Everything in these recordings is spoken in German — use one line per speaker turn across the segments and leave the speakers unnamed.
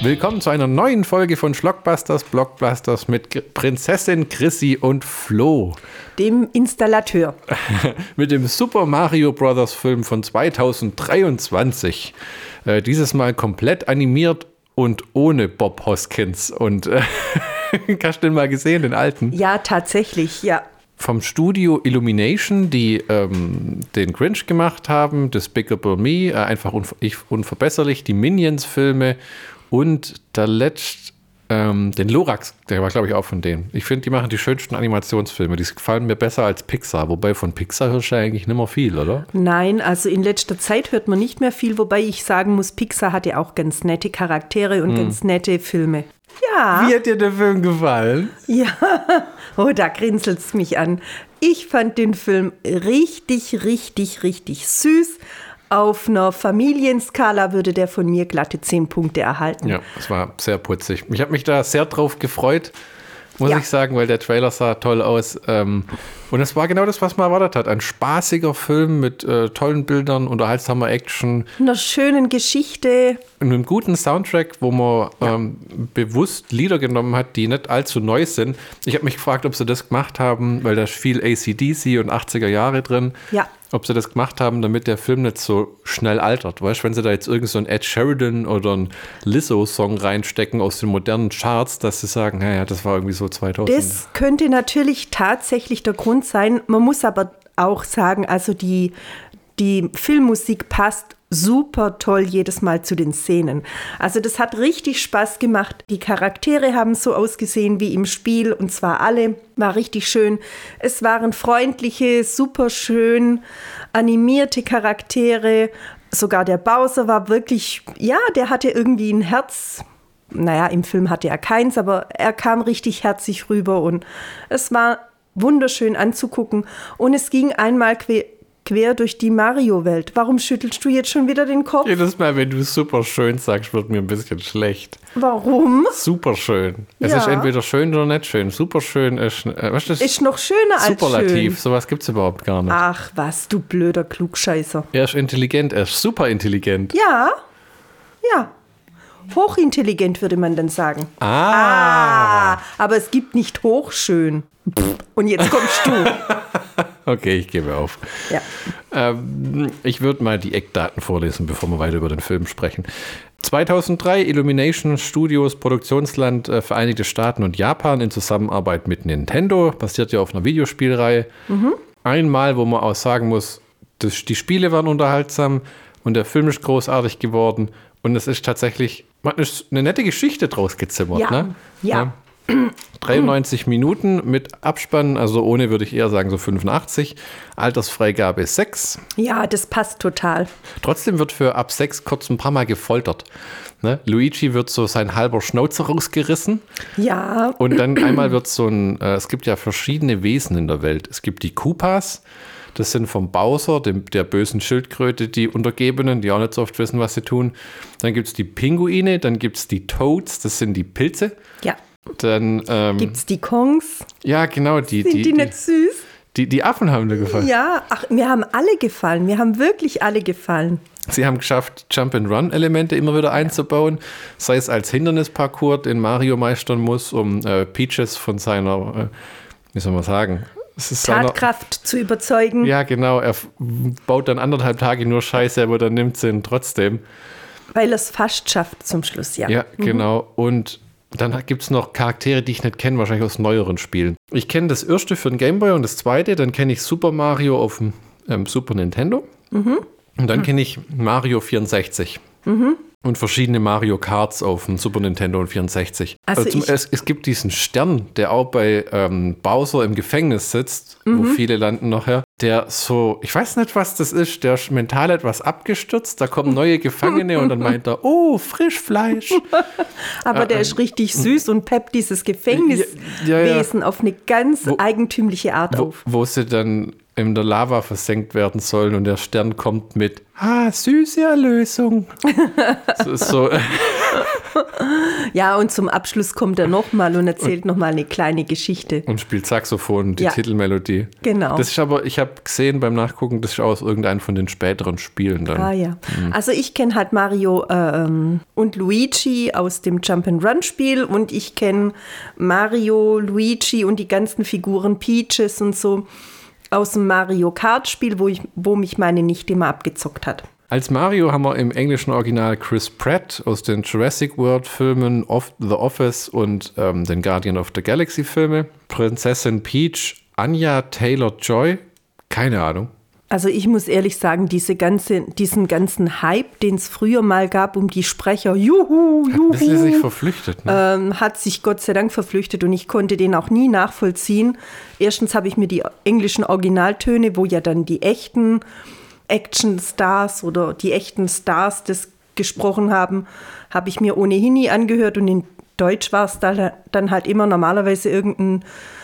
Willkommen zu einer neuen Folge von Schlockbusters, Blockbusters mit Prinzessin Chrissy und Flo.
Dem Installateur.
Mit dem Super Mario Bros. Film von 2023. Dieses Mal komplett animiert und ohne Bob Hoskins. Und hast du den mal gesehen, den alten?
Ja, tatsächlich, ja.
Vom Studio Illumination, die den Grinch gemacht haben, Despicable Me, einfach unverbesserlich, die Minions-Filme und der letzte, den Lorax, der war glaube ich auch von denen. Ich finde, die machen die schönsten Animationsfilme, die gefallen mir besser als Pixar, wobei von Pixar hörst du eigentlich nicht mehr viel, oder?
Nein, also in letzter Zeit hört man nicht mehr viel, wobei ich sagen muss, Pixar hatte auch ganz nette Charaktere und ganz nette Filme. Ja.
Wie hat dir der Film gefallen?
Ja, oh, da grinselt es mich an. Ich fand den Film richtig, richtig, richtig süß. Auf einer Familienskala würde der von mir glatte 10 Punkte erhalten.
Ja, es war sehr putzig. Ich habe mich da sehr drauf gefreut, muss ich sagen, weil der Trailer sah toll aus. Und es war genau das, was man erwartet hat. Ein spaßiger Film mit tollen Bildern, unterhaltsamer Action.
Einer schönen Geschichte.
Und einem guten Soundtrack, wo man bewusst Lieder genommen hat, die nicht allzu neu sind. Ich habe mich gefragt, ob sie das gemacht haben, weil da ist viel AC/DC und 80er Jahre drin.
Ja.
Ob sie das gemacht haben, damit der Film nicht so schnell altert. Weißt du, wenn sie da jetzt irgend so einen Ed Sheridan oder einen Lizzo-Song reinstecken aus den modernen Charts, dass sie sagen, naja, das war irgendwie so 2000.
Das könnte natürlich tatsächlich der Grund sein. Man muss aber auch sagen, also die Filmmusik passt super toll jedes Mal zu den Szenen. Also das hat richtig Spaß gemacht. Die Charaktere haben so ausgesehen wie im Spiel und zwar alle. War richtig schön. Es waren freundliche, super schön animierte Charaktere. Sogar der Bowser war wirklich, ja, der hatte irgendwie ein Herz. Naja, im Film hatte er keins, aber er kam richtig herzig rüber und es war wunderschön anzugucken. Und es ging einmal quer durch die Mario-Welt. Warum schüttelst du jetzt schon wieder den Kopf?
Jedes Mal, wenn du super schön sagst, wird mir ein bisschen schlecht.
Warum?
Super schön. Es ist entweder schön oder nicht schön. Super schön ist,
ist noch schöner als
Superlativ.
schön.
Sowas gibt es überhaupt gar nicht.
Ach was, du blöder Klugscheißer.
Er ist intelligent, er ist super intelligent.
Ja. Hochintelligent würde man dann sagen. Aber es gibt nicht hochschön. Und jetzt kommst du.
Okay, ich gebe auf.
Ja.
Ich würde mal die Eckdaten vorlesen, bevor wir weiter über den Film sprechen. 2003 Illumination Studios, Produktionsland Vereinigte Staaten und Japan in Zusammenarbeit mit Nintendo. Basiert ja auf einer Videospielreihe. Einmal, wo man auch sagen muss, die Spiele waren unterhaltsam und der Film ist großartig geworden. Und es ist tatsächlich, man ist eine nette Geschichte draus gezimmert.
Ja.
Ne?
Ja.
93 Minuten mit Abspann, also ohne würde ich eher sagen so 85. Altersfreigabe 6.
Ja, das passt total.
Trotzdem wird für ab 6 kurz ein paar Mal gefoltert. Ne? Luigi wird so sein halber Schnauzer rausgerissen.
Ja.
Und dann einmal wird so es gibt ja verschiedene Wesen in der Welt. Es gibt die Koopas. Das sind vom Bowser, der bösen Schildkröte, die Untergebenen, die auch nicht so oft wissen, was sie tun. Dann gibt es die Pinguine, dann gibt es die Toads, das sind die Pilze.
Ja.
Dann
gibt es die Kongs.
Ja, genau.
Sind die nicht süß?
Die Affen haben dir gefallen.
Ja, mir haben alle gefallen. Mir haben wirklich alle gefallen.
Sie haben geschafft, Jump-and-Run-Elemente immer wieder einzubauen, sei es als Hindernisparcours, den Mario meistern muss, um Peaches von seiner, wie soll man sagen,
Tatkraft zu überzeugen.
Ja, genau. Er baut dann 1,5 Tage nur Scheiße, aber dann nimmt sie ihn trotzdem.
Weil er es fast schafft zum Schluss, ja.
Ja, genau. Und dann gibt es noch Charaktere, die ich nicht kenne, wahrscheinlich aus neueren Spielen. Ich kenne das erste für den Gameboy und das zweite, dann kenne ich Super Mario auf dem Super Nintendo. Und dann kenne ich Mario 64. Und verschiedene Mario Karts auf dem Super Nintendo und 64. Also es gibt diesen Stern, der auch bei Bowser im Gefängnis sitzt, wo viele landen nachher. Der so, ich weiß nicht, was das ist, der ist mental etwas abgestürzt. Da kommen neue Gefangene und dann meint er, oh, Frischfleisch.
Aber der ist richtig süß und peppt dieses Gefängniswesen auf eine ganz eigentümliche Art auf.
Wo sie dann in der Lava versenkt werden sollen und der Stern kommt mit süße Erlösung. so.
Ja, und zum Abschluss kommt er nochmal und erzählt nochmal eine kleine Geschichte.
Und spielt Saxophon, die Titelmelodie.
Genau.
Das ist aber, ich habe gesehen beim Nachgucken, das ist aus irgendeinem von den späteren Spielen dann.
Ja. Also ich kenne halt Mario und Luigi aus dem Jump-and-Run-Spiel und ich kenne Mario, Luigi und die ganzen Figuren Peaches und so aus dem Mario Kart-Spiel, wo mich meine Nichte immer abgezockt hat.
Als Mario haben wir im englischen Original Chris Pratt aus den Jurassic World-Filmen, The Office und den Guardian of the Galaxy-Filme. Prinzessin Peach, Anya Taylor-Joy, keine Ahnung.
Also ich muss ehrlich sagen, diesen ganzen Hype, den es früher mal gab um die Sprecher, juhu,
Hat ein bisschen sich verflüchtet, ne?
Hat sich Gott sei Dank verflüchtet und ich konnte den auch nie nachvollziehen. Erstens habe ich mir die englischen Originaltöne, wo ja dann die echten Action-Stars oder die echten Stars das gesprochen haben, habe ich mir ohnehin nie angehört und in Deutsch war es dann halt immer normalerweise irgendein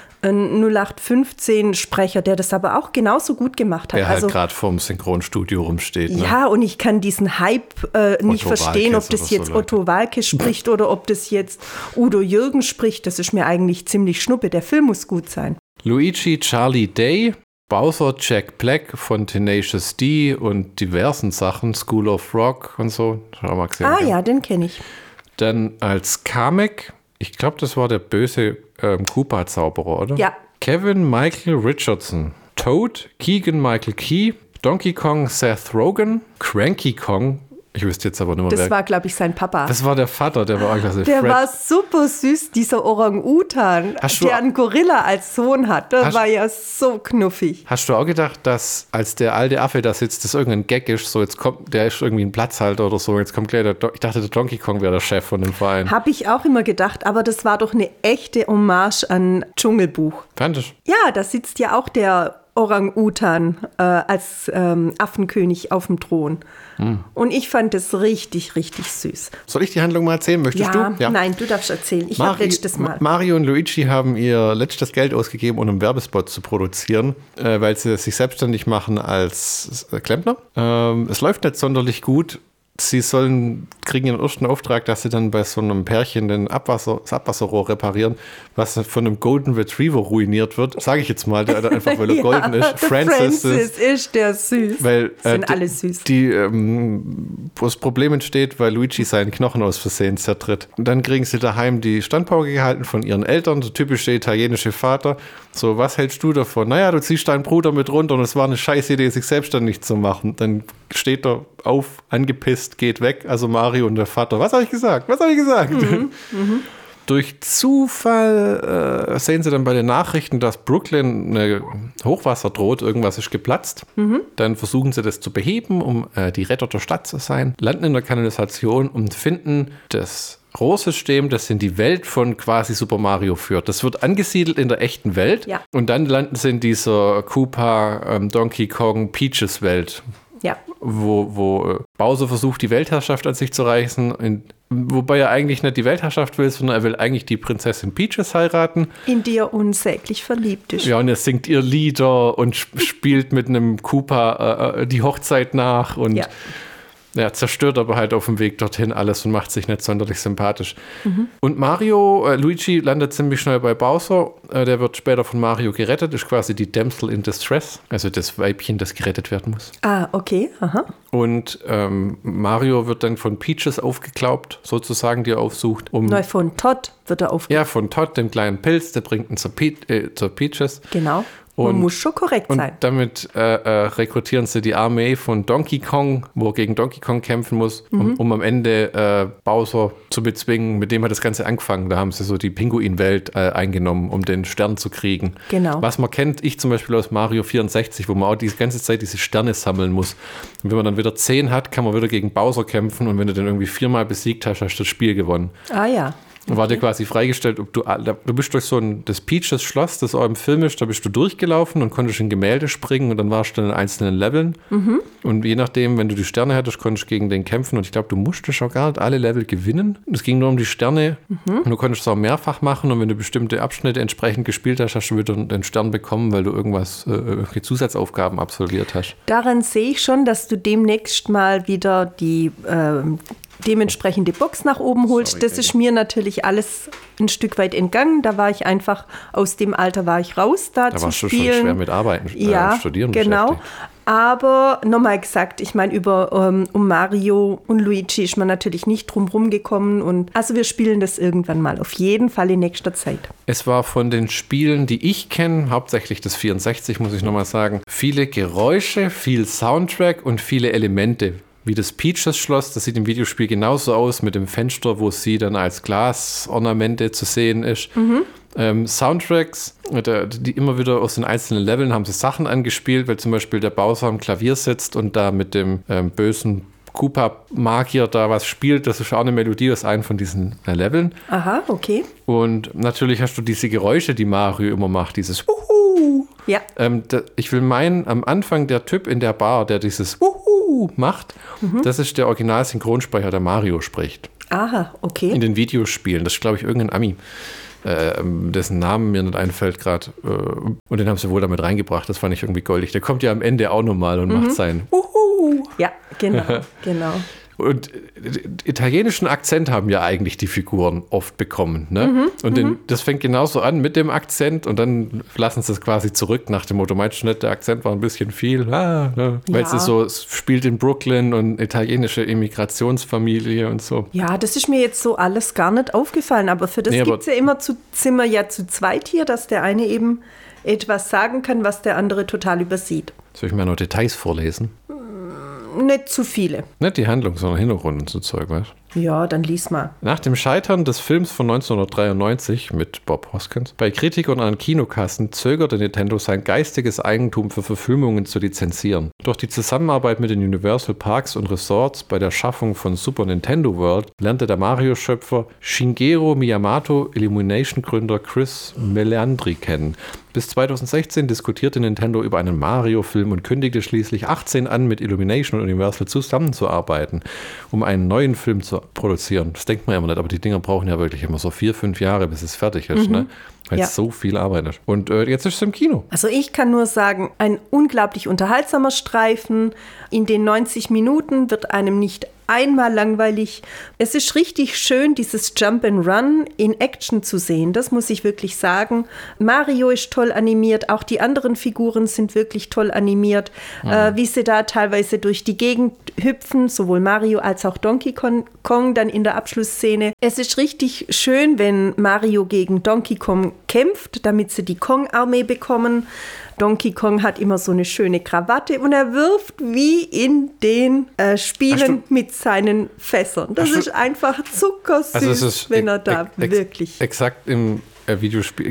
0815-Sprecher, der das aber auch genauso gut gemacht hat.
Der halt gerade vorm Synchronstudio rumsteht. Ne?
Ja, und ich kann diesen Hype nicht verstehen, ob das jetzt Otto Walkes spricht oder ob das jetzt Udo Jürgens spricht. Das ist mir eigentlich ziemlich schnuppe. Der Film muss gut sein.
Luigi Charlie Day, Bowser Jack Black von Tenacious D und diversen Sachen, School of Rock und so.
Ja, den kenne ich.
Dann als Kamek, ich glaube, das war der böse Koopa-Zauberer, oder?
Ja.
Kevin Michael Richardson, Toad, Keegan Michael Key, Donkey Kong Seth Rogen, Cranky Kong, ich wüsste jetzt aber nicht mehr,
das war, glaube ich, sein Papa.
Das war der Vater, der war klasse.
Der war super süß, dieser Orang-Utan, der einen Gorilla als Sohn hat. Der war ja so knuffig.
Hast du auch gedacht, dass als der alte Affe da sitzt, das irgendein Gag ist, so jetzt kommt, der ist irgendwie ein Platzhalter oder so, jetzt kommt gleich ich dachte, der Donkey Kong wäre der Chef von dem Verein.
Habe ich auch immer gedacht, aber das war doch eine echte Hommage an Dschungelbuch.
Fand ich?
Ja, da sitzt ja auch der Orang-Utan als Affenkönig auf dem Thron. Und ich fand das richtig, richtig süß.
Soll ich die Handlung mal erzählen? Möchtest du?
Ja, nein, du darfst erzählen. Ich habe letztes Mal.
Mario und Luigi haben ihr letztes Geld ausgegeben, um einen Werbespot zu produzieren, weil sie sich selbstständig machen als Klempner. Es läuft nicht sonderlich gut. Sie kriegen ihren ersten Auftrag, dass sie dann bei so einem Pärchen das Abwasserrohr reparieren, was von einem Golden Retriever ruiniert wird. Sage ich jetzt mal, der einfach, weil er golden ist.
Francis ist der süß.
Weil,
sind alle süß.
Wo das Problem entsteht, weil Luigi seinen Knochen aus Versehen zertritt. Und dann kriegen sie daheim die Standpauke gehalten von ihren Eltern, der typische italienische Vater. So, was hältst du davon? Naja, du ziehst deinen Bruder mit runter und es war eine scheiß Idee, sich selbstständig zu machen. Dann steht er auf, angepisst, geht weg. Also Mario und der Vater. Was habe ich gesagt? Durch Zufall sehen sie dann bei den Nachrichten, dass Brooklyn eine Hochwasser droht. Irgendwas ist geplatzt. Dann versuchen sie das zu beheben, um die Retter der Stadt zu sein. Landen in der Kanalisation und finden das Rohrsystem, das in die Welt von quasi Super Mario führt. Das wird angesiedelt in der echten Welt. Ja. Und dann landen sie in dieser Koopa, Donkey Kong, Peaches Welt.
Ja.
Wo Bowser versucht, die Weltherrschaft an sich zu reißen, wobei er eigentlich nicht die Weltherrschaft will, sondern er will eigentlich die Prinzessin Peaches heiraten.
In die er unsäglich verliebt ist.
Ja, und er singt ihr Lieder und spielt mit einem Koopa die Hochzeit nach und er zerstört aber halt auf dem Weg dorthin alles und macht sich nicht sonderlich sympathisch. Und Luigi landet ziemlich schnell bei Bowser. Der wird später von Mario gerettet, ist quasi die Damsel in Distress, also das Weibchen, das gerettet werden muss.
Ah, okay. Aha.
Und Mario wird dann von Peaches aufgeklaubt, sozusagen, die er aufsucht.
Von Todd wird er aufgeklaubt.
Ja, von Todd, dem kleinen Pilz, der bringt ihn zur Peaches.
Genau. Man muss schon korrekt sein.
Und damit rekrutieren sie die Armee von Donkey Kong, wo er gegen Donkey Kong kämpfen muss, um am Ende Bowser zu bezwingen. Mit dem hat das Ganze angefangen. Da haben sie so die Pinguinwelt eingenommen, um den Stern zu kriegen.
Genau.
Was man kennt, ich zum Beispiel aus Mario 64, wo man auch die ganze Zeit diese Sterne sammeln muss. Und wenn man dann wieder 10 hat, kann man wieder gegen Bowser kämpfen. Und wenn du den irgendwie 4-mal besiegt hast, hast du das Spiel gewonnen.
Ah ja.
War dir quasi freigestellt, ob du bist durch das Peaches Schloss, das auch im Film ist, da bist du durchgelaufen und konntest in Gemälde springen und dann warst du in einzelnen Leveln. Und je nachdem, wenn du die Sterne hattest, konntest du gegen den kämpfen und ich glaube, du musstest auch gar nicht alle Level gewinnen. Es ging nur um die Sterne und du konntest es auch mehrfach machen und wenn du bestimmte Abschnitte entsprechend gespielt hast, hast du wieder den Stern bekommen, weil du irgendwelche Zusatzaufgaben absolviert hast.
Daran sehe ich schon, dass du demnächst mal wieder die dementsprechende Box nach oben holst. Das ist mir natürlich alles ein Stück weit entgangen. Da war ich einfach, aus dem Alter war ich raus, da zu
warst
spielen.
Du schon schwer mit Arbeiten, Studieren
genau.
beschäftigt.
Aber nochmal gesagt, ich meine, um Mario und Luigi ist man natürlich nicht drum rumgekommen. Also wir spielen das irgendwann mal, auf jeden Fall in nächster Zeit.
Es war von den Spielen, die ich kenne, hauptsächlich das 64, muss ich nochmal sagen, viele Geräusche, viel Soundtrack und viele Elemente. Wie das Peaches-Schloss, das sieht im Videospiel genauso aus, mit dem Fenster, wo sie dann als Glasornamente zu sehen ist. Soundtracks, die immer wieder aus den einzelnen Leveln haben sie Sachen angespielt, weil zum Beispiel der Bowser am Klavier sitzt und da mit dem bösen Koopa-Magier da was spielt. Das ist auch eine Melodie aus einem von diesen Leveln.
Aha, okay.
Und natürlich hast du diese Geräusche, die Mario immer macht, dieses Wuhu.
Ja.
Ich will meinen, am Anfang der Typ in der Bar, der dieses Wuhu macht, das ist der Original-Synchronsprecher, der Mario spricht.
Aha, okay.
In den Videospielen. Das ist, glaube ich, irgendein Ami, dessen Namen mir nicht einfällt gerade. Und den haben sie wohl damit reingebracht. Das fand ich irgendwie goldig. Der kommt ja am Ende auch nochmal und macht seinen Wuhu.
Ja, genau.
Und italienischen Akzent haben ja eigentlich die Figuren oft bekommen. Ne? Das fängt genauso an mit dem Akzent und dann lassen sie es quasi zurück nach dem Motto, meinst du nicht, der Akzent war ein bisschen viel, ne? Weil es spielt in Brooklyn und italienische Immigrationsfamilie und so.
Ja, das ist mir jetzt so alles gar nicht aufgefallen, aber für das gibt es ja immer sind wir ja zu zweit hier, dass der eine eben etwas sagen kann, was der andere total übersieht.
Soll ich mal noch Details vorlesen?
Nicht zu viele.
Nicht die Handlung, sondern Hintergrund und so Zeug, weißt du?
Ja, dann lies mal.
Nach dem Scheitern des Films von 1993 mit Bob Hoskins bei Kritikern an Kinokassen zögerte Nintendo sein geistiges Eigentum für Verfilmungen zu lizenzieren. Durch die Zusammenarbeit mit den Universal Parks und Resorts bei der Schaffung von Super Nintendo World lernte der Mario-Schöpfer Shigeru Miyamoto Illumination-Gründer Chris Melandri kennen. Bis 2016 diskutierte Nintendo über einen Mario-Film und kündigte schließlich 2018 an, mit Illumination und Universal zusammenzuarbeiten, um einen neuen Film zu produzieren. Das denkt man ja immer nicht, aber die Dinger brauchen ja wirklich immer so 4-5 Jahre, bis es fertig ist, ne? Weil es so viel Arbeit ist. Und jetzt ist es im Kino.
Also ich kann nur sagen, ein unglaublich unterhaltsamer Streifen. In den 90 Minuten wird einem nicht einmal langweilig. Es ist richtig schön, dieses Jump and Run in Action zu sehen. Das muss ich wirklich sagen. Mario ist toll animiert. Auch die anderen Figuren sind wirklich toll animiert. Wie sie da teilweise durch die Gegend hüpfen, sowohl Mario als auch Donkey Kong dann in der Abschlussszene. Es ist richtig schön, wenn Mario gegen Donkey Kong kämpft, damit sie die Kong-Armee bekommen. Donkey Kong hat immer so eine schöne Krawatte und er wirft wie in den Spielen mit seinen Fässern. Das ist einfach zuckersüß,
also
wenn er da wirklich...
Exakt im Videospiel,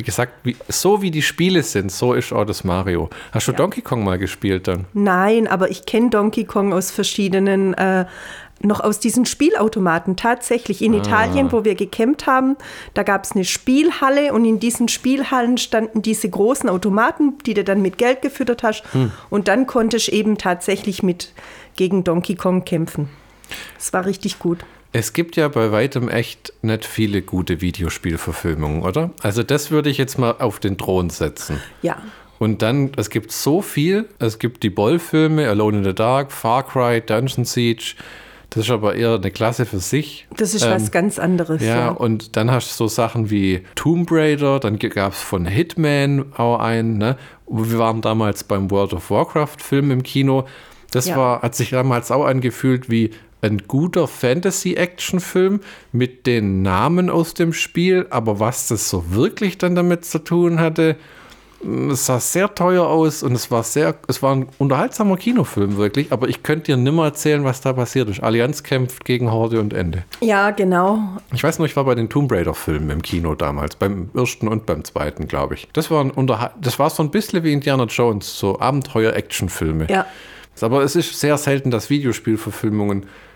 so wie die Spiele sind, so ist auch das Mario. Hast du Donkey Kong mal gespielt dann?
Nein, aber ich kenne Donkey Kong aus verschiedenen... noch aus diesen Spielautomaten tatsächlich. In Italien, wo wir gecampt haben, da gab es eine Spielhalle und in diesen Spielhallen standen diese großen Automaten, die du dann mit Geld gefüttert hast. Und dann konntest du eben tatsächlich gegen Donkey Kong kämpfen. Das war richtig gut.
Es gibt ja bei weitem echt nicht viele gute Videospielverfilmungen, oder? Also das würde ich jetzt mal auf den Thron setzen.
Ja.
Und dann, es gibt so viel. Es gibt die Boll-Filme, Alone in the Dark, Far Cry, Dungeon Siege. Das ist aber eher eine Klasse für sich.
Das ist was ganz anderes.
Ja, und dann hast du so Sachen wie Tomb Raider, dann gab es von Hitman auch einen, ne? Wir waren damals beim World of Warcraft-Film im Kino. Das hat sich damals auch angefühlt wie ein guter Fantasy-Action-Film mit den Namen aus dem Spiel, aber was das so wirklich dann damit zu tun hatte, es sah sehr teuer aus und es war ein unterhaltsamer Kinofilm wirklich, aber ich könnte dir nimmer erzählen, was da passiert ist. Allianz kämpft gegen Horde und Ende.
Ja, genau.
Ich weiß noch, ich war bei den Tomb Raider-Filmen im Kino damals, beim ersten und beim zweiten, glaube ich. Das war so ein bisschen wie Indiana Jones, so Abenteuer-Action-Filme.
Ja.
Aber es ist sehr selten, dass Videospielverfilmungen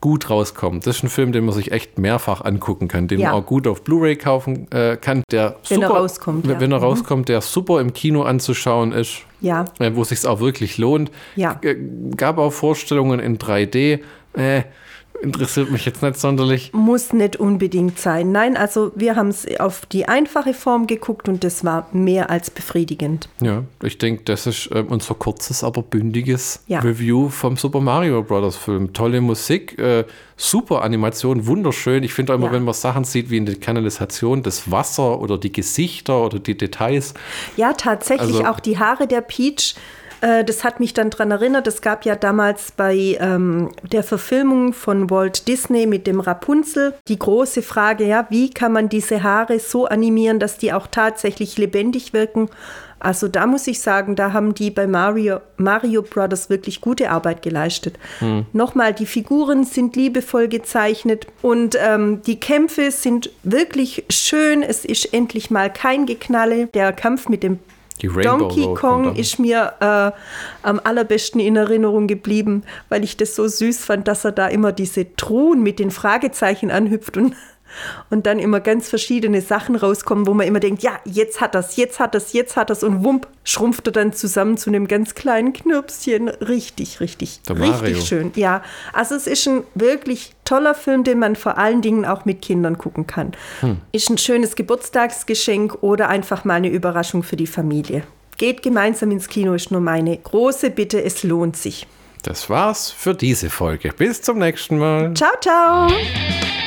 gut rauskommt. Das ist ein Film, den man sich echt mehrfach angucken kann, den man auch gut auf Blu-ray kaufen kann, der
wenn er rauskommt.
Wenn er rauskommt, der super im Kino anzuschauen ist, wo es sich auch wirklich lohnt.
Ja.
Gab auch Vorstellungen in 3D, interessiert mich jetzt nicht sonderlich.
Muss nicht unbedingt sein. Nein, also wir haben es auf die einfache Form geguckt und das war mehr als befriedigend.
Ja, ich denke, das ist unser kurzes, aber bündiges Review vom Super Mario Bros. Film. Tolle Musik, super Animation, wunderschön. Ich finde auch immer, wenn man Sachen sieht wie in der Kanalisation, das Wasser oder die Gesichter oder die Details.
Ja, tatsächlich also, auch die Haare der Peach. Das hat mich dann daran erinnert, es gab ja damals bei der Verfilmung von Walt Disney mit dem Rapunzel die große Frage, wie kann man diese Haare so animieren, dass die auch tatsächlich lebendig wirken? Also da muss ich sagen, da haben die bei Mario Brothers wirklich gute Arbeit geleistet. Nochmal, die Figuren sind liebevoll gezeichnet und die Kämpfe sind wirklich schön. Es ist endlich mal kein Geknalle. Der Kampf mit dem Donkey Kong ist mir am allerbesten in Erinnerung geblieben, weil ich das so süß fand, dass er da immer diese Truhen mit den Fragezeichen anhüpft und dann immer ganz verschiedene Sachen rauskommen, wo man immer denkt, jetzt hat er's und wump, schrumpft er dann zusammen zu einem ganz kleinen Knirpschen. Richtig schön. Ja, also es ist ein wirklich toller Film, den man vor allen Dingen auch mit Kindern gucken kann. Ist ein schönes Geburtstagsgeschenk oder einfach mal eine Überraschung für die Familie. Geht gemeinsam ins Kino, ist nur meine große Bitte, es lohnt sich.
Das war's für diese Folge. Bis zum nächsten Mal.
Ciao, ciao.